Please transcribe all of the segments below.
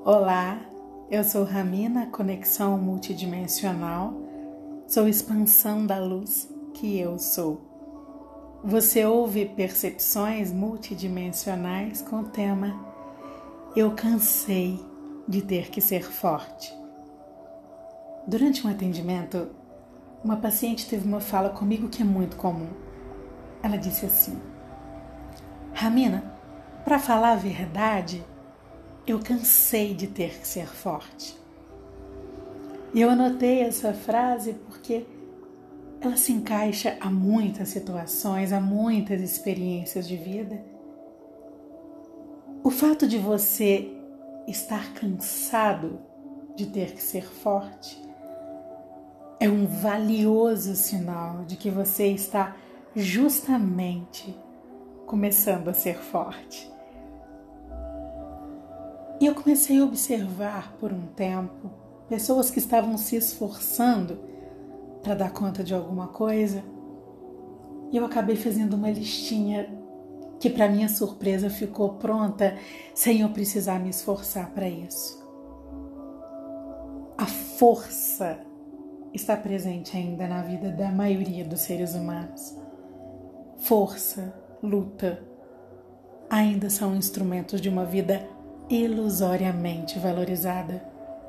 Olá, eu sou Ramina, conexão multidimensional, sou expansão da luz que eu sou. Você ouve percepções multidimensionais com o tema Eu cansei de ter que ser forte. Durante um atendimento, uma paciente teve uma fala comigo que é muito comum. Ela disse assim: Ramina, para falar a verdade, eu cansei de ter que ser forte. E eu anotei essa frase porque ela se encaixa a muitas situações, a muitas experiências de vida. O fato de você estar cansado de ter que ser forte é um valioso sinal de que você está justamente começando a ser forte. E eu comecei a observar por um tempo pessoas que estavam se esforçando para dar conta de alguma coisa, e eu acabei fazendo uma listinha que, para minha surpresa, ficou pronta sem eu precisar me esforçar para isso. A força está presente ainda na vida da maioria dos seres humanos. Força, luta, ainda são instrumentos de uma vida ilusoriamente valorizada.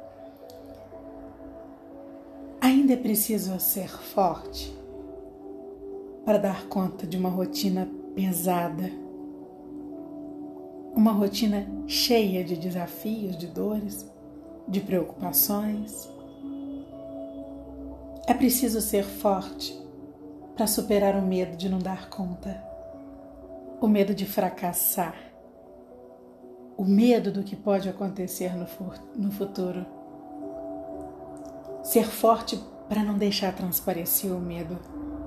Ainda é preciso ser forte para dar conta de uma rotina pesada, uma rotina cheia de desafios, de dores, de preocupações. É preciso ser forte para superar o medo de não dar conta, o medo de fracassar, o medo do que pode acontecer no futuro. Ser forte para não deixar transparecer o medo.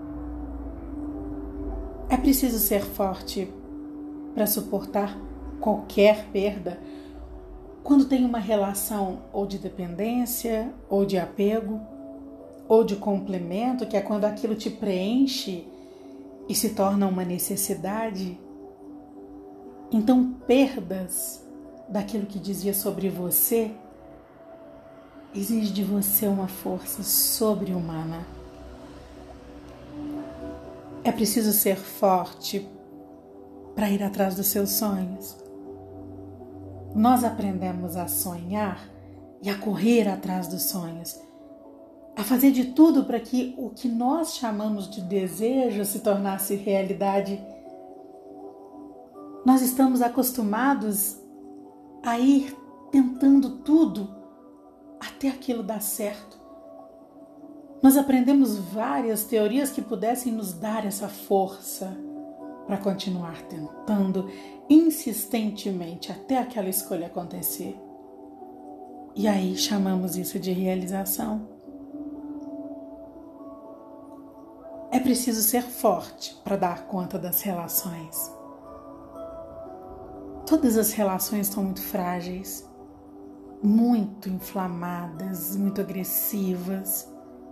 É preciso ser forte para suportar qualquer perda quando tem uma relação ou de dependência, ou de apego, ou de complemento, que é quando aquilo te preenche e se torna uma necessidade. Então, perdas daquilo que dizia sobre você exige de você uma força sobre-humana. É preciso ser forte para ir atrás dos seus sonhos. Nós aprendemos a sonhar e a correr atrás dos sonhos, a fazer de tudo para que o que nós chamamos de desejo se tornasse realidade. Nós estamos acostumados a ir tentando tudo até aquilo dar certo. Nós aprendemos várias teorias que pudessem nos dar essa força para continuar tentando insistentemente até aquela escolha acontecer. E aí chamamos isso de realização. É preciso ser forte para dar conta das relações. Todas as relações estão muito frágeis, muito inflamadas, muito agressivas.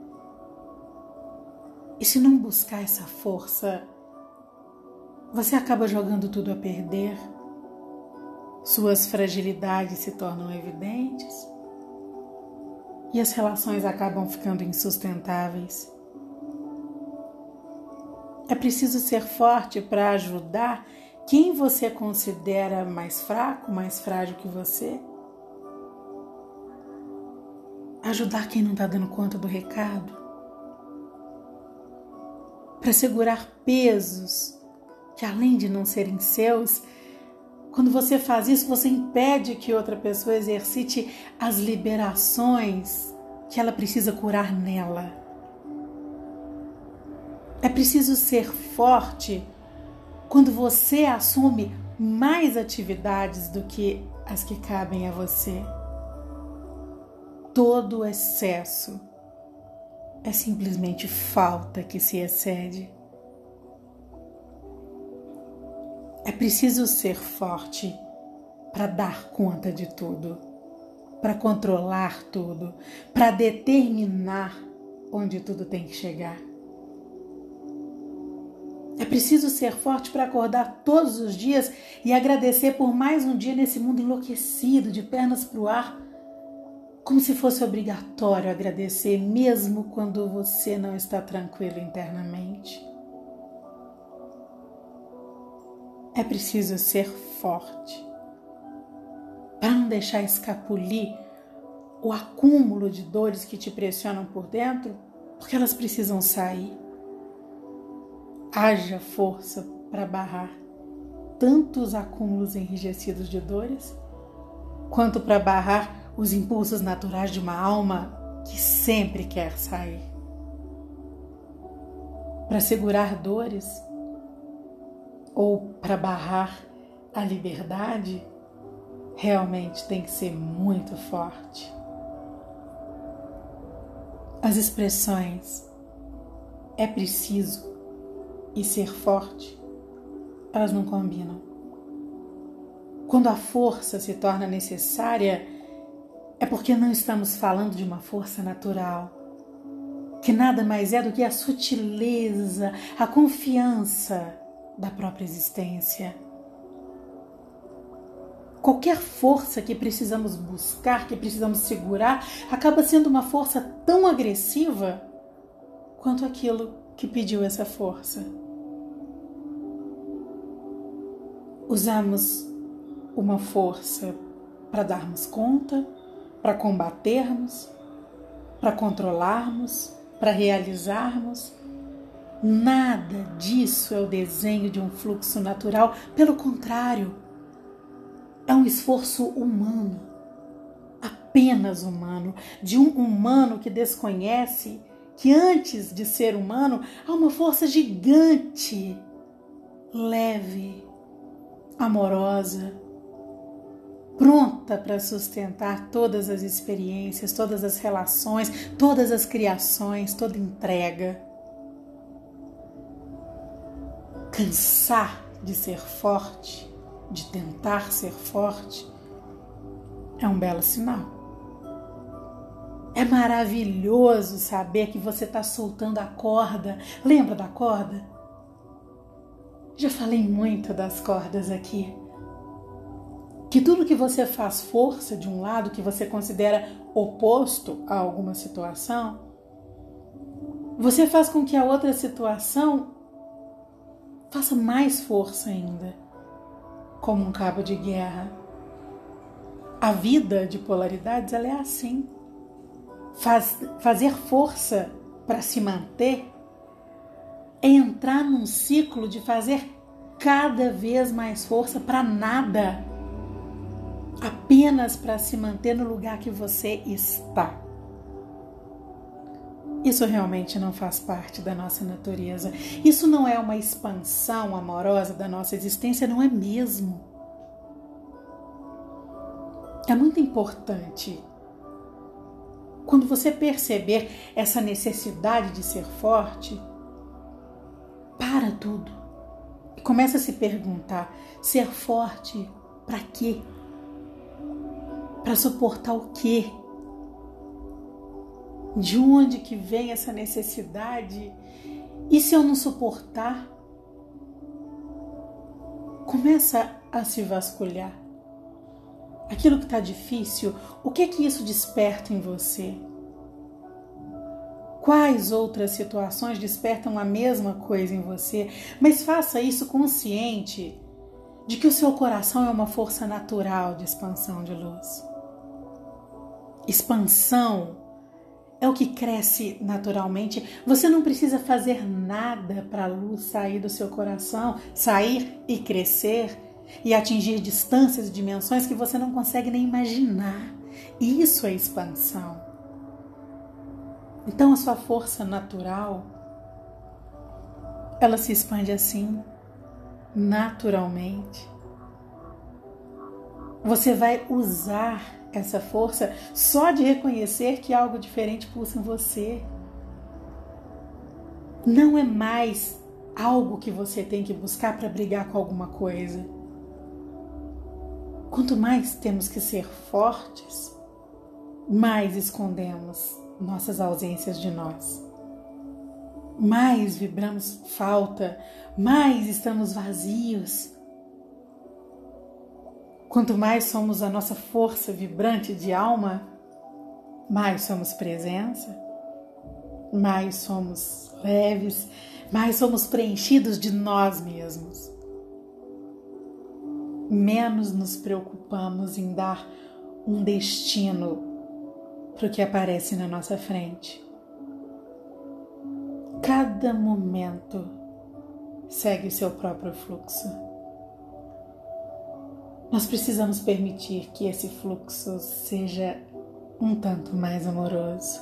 E se não buscar essa força, você acaba jogando tudo a perder. Suas fragilidades se tornam evidentes e as relações acabam ficando insustentáveis. É preciso ser forte para ajudar quem você considera mais fraco, mais frágil que você. Ajudar quem não está dando conta do recado. Para segurar pesos que, além de não serem seus, quando você faz isso, você impede que outra pessoa exercite as liberações que ela precisa curar nela. É preciso ser forte quando você assume mais atividades do que as que cabem a você. Todo excesso é simplesmente falta que se excede. É preciso ser forte para dar conta de tudo, para controlar tudo, para determinar onde tudo tem que chegar. É preciso ser forte para acordar todos os dias e agradecer por mais um dia nesse mundo enlouquecido, de pernas para o ar, como se fosse obrigatório agradecer, mesmo quando você não está tranquilo internamente. É preciso ser forte para não deixar escapulir o acúmulo de dores que te pressionam por dentro, porque elas precisam sair. Haja força para barrar tanto os acúmulos enrijecidos de dores, quanto para barrar os impulsos naturais de uma alma que sempre quer sair. Para segurar dores ou para barrar a liberdade, realmente tem que ser muito forte. As expressões "é preciso" e "ser forte", elas não combinam. Quando a força se torna necessária, é porque não estamos falando de uma força natural, que nada mais é do que a sutileza, a confiança da própria existência. Qualquer força que precisamos buscar, que precisamos segurar, acaba sendo uma força tão agressiva quanto aquilo que pediu essa força. Usamos uma força para darmos conta, para combatermos, para controlarmos, para realizarmos. Nada disso é o desenho de um fluxo natural, pelo contrário, é um esforço humano, apenas humano, de um humano que desconhece que antes de ser humano há uma força gigante, leve, amorosa, pronta para sustentar todas as experiências, todas as relações, todas as criações, toda entrega. Cansar de ser forte, de tentar ser forte, é um belo sinal. É maravilhoso saber que você está soltando a corda. Lembra da corda? Já falei muito das cordas aqui. Que tudo que você faz força de um lado, que você considera oposto a alguma situação, você faz com que a outra situação faça mais força ainda, como um cabo de guerra. A vida de polaridades, ela é assim. Fazer força para se manter é entrar num ciclo de fazer cada vez mais força para nada, apenas para se manter no lugar que você está. Isso realmente não faz parte da nossa natureza. Isso não é uma expansão amorosa da nossa existência, não é mesmo. É muito importante, quando você perceber essa necessidade de ser forte, para tudo e começa a se perguntar: ser forte para quê? Para suportar o quê? De onde que vem essa necessidade? E se eu não suportar? Começa a se vasculhar. Aquilo que está difícil, o que é que isso desperta em você? Quais outras situações despertam a mesma coisa em você? Mas faça isso consciente de que o seu coração é uma força natural de expansão de luz. Expansão é o que cresce naturalmente. Você não precisa fazer nada para a luz sair do seu coração, sair e crescer e atingir distâncias e dimensões que você não consegue nem imaginar. Isso é expansão. Então a sua força natural, ela se expande assim, naturalmente. Você vai usar essa força só de reconhecer que algo diferente pulsa em você. Não é mais algo que você tem que buscar para brigar com alguma coisa. Quanto mais temos que ser fortes, mais escondemos nossas ausências de nós. mais vibramos falta, mais estamos vazios. Quanto mais somos a nossa força vibrante de alma, mais somos presença, mais somos leves, mais somos preenchidos de nós mesmos. Menos nos preocupamos em dar um destino para o que aparece na nossa frente. Cada momento segue seu próprio fluxo. Nós precisamos permitir que esse fluxo seja um tanto mais amoroso.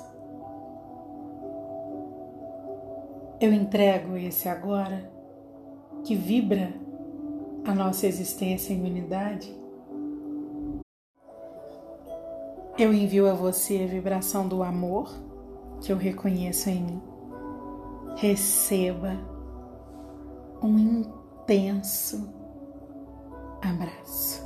Eu entrego esse agora que vibra a nossa existência em unidade. Eu envio a você a vibração do amor que eu reconheço em mim. Receba um intenso abraço.